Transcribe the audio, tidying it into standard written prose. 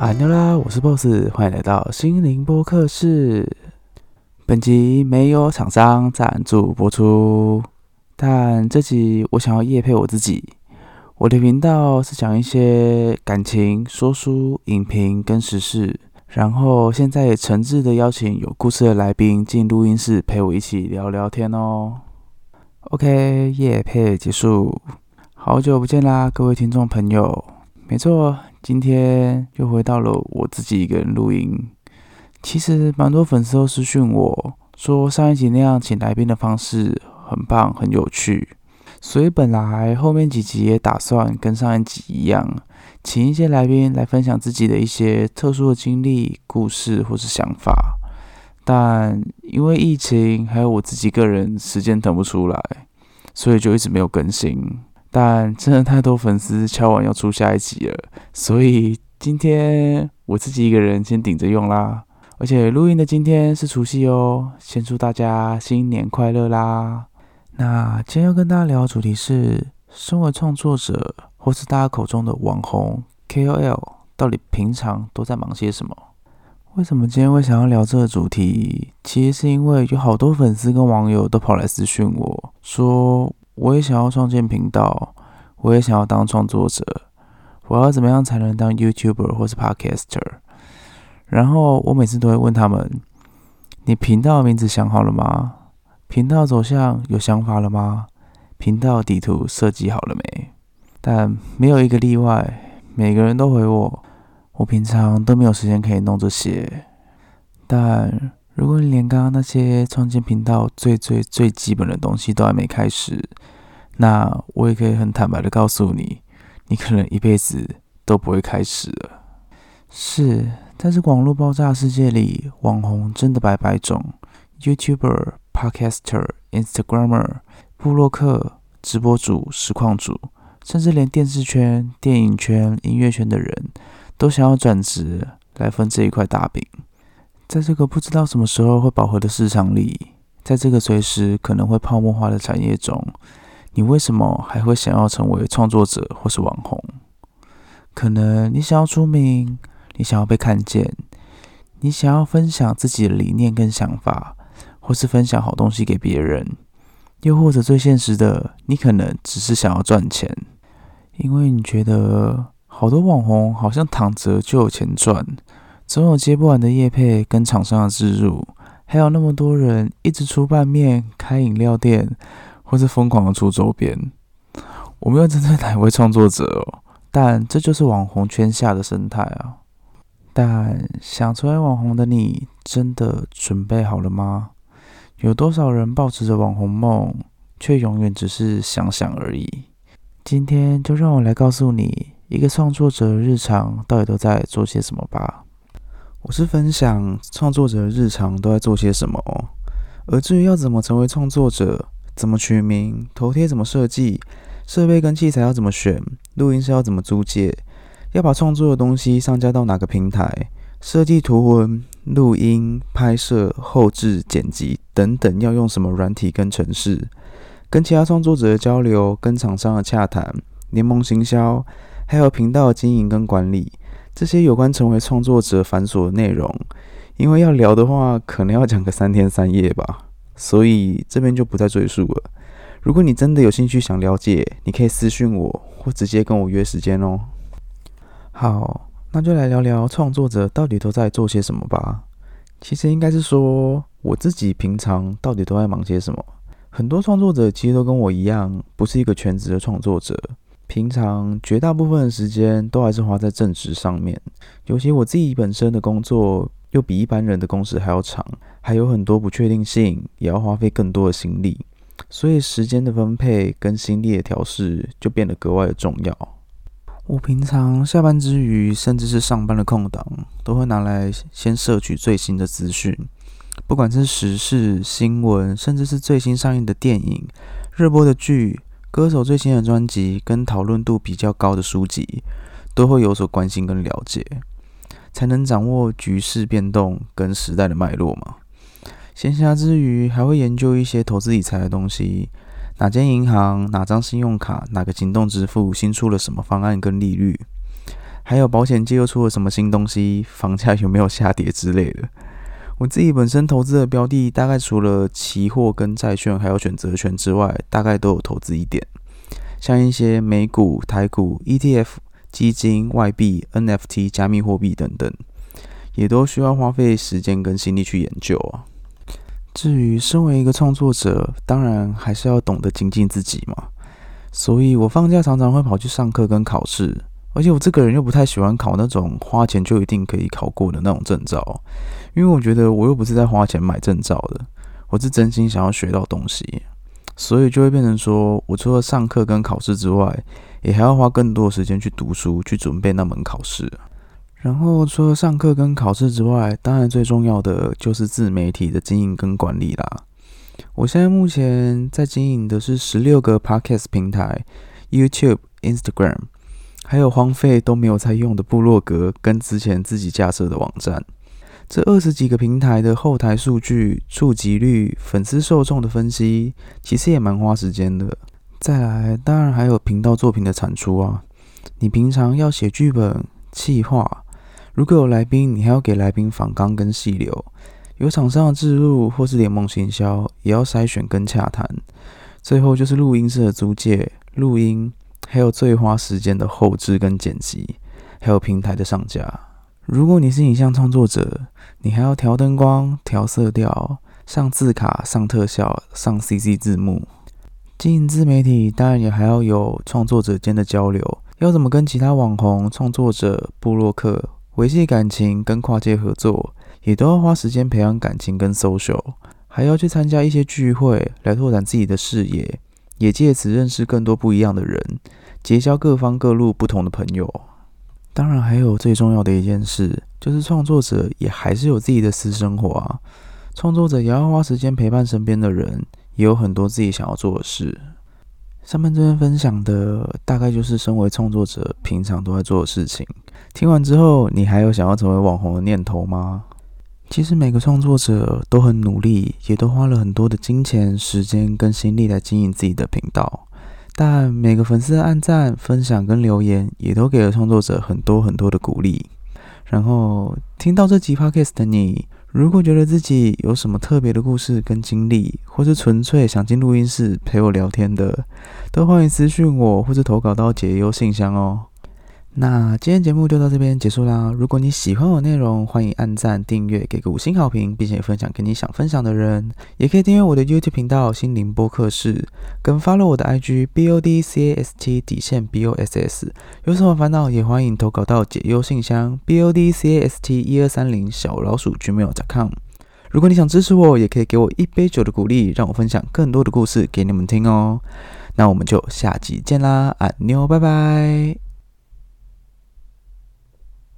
哈妞啦，我是 BOSS， 欢迎来到心灵播客室。本集没有厂商赞助播出，但这集我想要业配我自己。我的频道是讲一些感情、说书、影评跟时事，然后现在也诚挚的邀请有故事的来宾进录音室陪我一起聊聊天哦。OK， 业配结束，好久不见啦，各位听众朋友。没错，今天又回到了我自己一个人录音。其实蛮多粉丝都私讯我说，上一集那样请来宾的方式很棒，很有趣。所以本来后面几集也打算跟上一集一样，请一些来宾来分享自己的一些特殊的经历、故事或是想法。但因为疫情还有我自己个人时间腾不出来，所以就一直没有更新。但真的太多粉丝敲完要出下一集了，所以今天我自己一个人先顶着用啦。而且录音的今天是除夕哦，先祝大家新年快乐啦！那今天要跟大家聊的主题是，身为创作者或是大家口中的网红 KOL， 到底平常都在忙些什么？为什么今天会想要聊这个主题？其实是因为有好多粉丝跟网友都跑来私讯我说，我也想要创建频道，我也想要当创作者，我要怎么样才能当 YouTuber 或是 Podcaster？ 然后我每次都会问他们，你频道的名字想好了吗？频道走向有想法了吗？频道地图设计好了没？但没有一个例外，每个人都回我平常都没有时间可以弄这些。但如果你连刚刚那些创建频道最基本的东西都还没开始，那我也可以很坦白的告诉你，你可能一辈子都不会开始了。是，在这个网络爆炸的世界里，网红真的百百种 ，YouTuber、Podcaster、Instagrammer、部落客、直播主、实况主，甚至连电视圈、电影圈、音乐圈的人都想要转职来分这一块大饼。在这个不知道什么时候会饱和的市场里，在这个随时可能会泡沫化的产业中，你为什么还会想要成为创作者或是网红？可能你想要出名，你想要被看见，你想要分享自己的理念跟想法，或是分享好东西给别人，又或者最现实的，你可能只是想要赚钱，因为你觉得好多网红好像躺着就有钱赚，总有接不完的业配跟厂商的置入，还有那么多人一直出拌面、开饮料店，或是疯狂的出周边。我没有针对哪一位创作者哦，但这就是网红圈下的生态啊。但想成为网红的你，真的准备好了吗？有多少人抱持着网红梦，却永远只是想想而已？今天就让我来告诉你，一个创作者的日常到底都在做些什么吧。我是分享创作者的日常都在做些什么哦，而至于要怎么成为创作者，怎么取名，头贴怎么设计，设备跟器材要怎么选，录音室要怎么租借，要把创作的东西上架到哪个平台，设计图文、录音、拍摄、后制、剪辑等等要用什么软体跟程式，跟其他创作者的交流，跟厂商的洽谈，联盟行销，还有频道的经营跟管理，这些有关成为创作者繁琐的内容，因为要聊的话，可能要讲个3天3夜吧，所以这边就不再赘述了。如果你真的有兴趣想了解，你可以私讯我，或直接跟我约时间哦。好，那就来聊聊创作者到底都在做些什么吧。其实应该是说，我自己平常到底都在忙些什么。很多创作者其实都跟我一样，不是一个全职的创作者，平常绝大部分的时间都还是花在正职上面。尤其我自己本身的工作又比一般人的工时还要长，还有很多不确定性，也要花费更多的心力，所以时间的分配跟心力的调试就变得格外的重要。我平常下班之余，甚至是上班的空档，都会拿来先摄取最新的资讯，不管是时事、新闻，甚至是最新上映的电影、热播的剧、歌手最新的专辑跟讨论度比较高的书籍，都会有所关心跟了解，才能掌握局势变动跟时代的脉络嘛。闲暇之余，还会研究一些投资理财的东西，哪间银行、哪张信用卡、哪个行动支付新出了什么方案跟利率， 还有保险界又出了什么新东西，房价有没有下跌之类的。我自己本身投资的标的，大概除了期货跟债券还有选择权之外，大概都有投资一点，像一些美股、台股、ETF、基金、外币、NFT、加密货币等等，也都需要花费时间跟心力去研究啊。至于身为一个创作者，当然还是要懂得精进自己嘛。所以我放假常常会跑去上课跟考试，而且我这个人又不太喜欢考那种花钱就一定可以考过的那种证照，因为我觉得我又不是在花钱买证照的，我是真心想要学到东西，所以就会变成说我除了上课跟考试之外，也还要花更多的时间去读书，去准备那门考试。然后除了上课跟考试之外，当然最重要的就是自媒体的经营跟管理啦。我现在目前在经营的是16个 Podcast 平台 ，YouTube、Instagram， 还有荒废都没有在用的部落格跟之前自己架设的网站。这20几个平台的后台数据、触及率、粉丝受众的分析，其实也蛮花时间的。再来，当然还有频道作品的产出啊。你平常要写剧本、企划，如果有来宾，你还要给来宾访纲跟细流。有厂商的置入或是联盟行销，也要筛选跟洽谈。最后就是录音室的租借、录音，还有最花时间的后制跟剪辑，还有平台的上架。如果你是影像创作者，你还要调灯光、调色调、上字卡、上特效、上 CC 字幕。经营自媒体当然也还要有创作者间的交流，要怎么跟其他网红、创作者、部落客维系感情跟跨界合作，也都要花时间培养感情跟 social， 还要去参加一些聚会来拓展自己的视野，也借此认识更多不一样的人，结交各方各路不同的朋友。当然还有最重要的一件事，就是创作者也还是有自己的私生活啊。创作者也要花时间陪伴身边的人，也有很多自己想要做的事。上面这边分享的大概就是身为创作者平常都在做的事情。听完之后，你还有想要成为网红的念头吗？其实每个创作者都很努力，也都花了很多的金钱、时间跟心力来经营自己的频道。但每个粉丝的按赞、分享跟留言，也都给了创作者很多很多的鼓励。然后听到这集 Podcast 的你，如果觉得自己有什么特别的故事跟经历，或是纯粹想进录音室陪我聊天的，都欢迎私讯我，或是投稿到解忧信箱哦。那今天节目就到这边结束啦。如果你喜欢我的内容，欢迎按赞、订阅，给个5星好评，并且分享给你想分享的人。也可以订阅我的 YouTube 频道心灵播客室，跟 follow 我的 IG BODCAST_BOSS。有什么烦恼也欢迎投稿到解忧信箱 BODCAST1230@gmail.com。如果你想支持我，也可以给我一杯酒的鼓励，让我分享更多的故事给你们听哦。那我们就下集见啦，安妞，拜拜。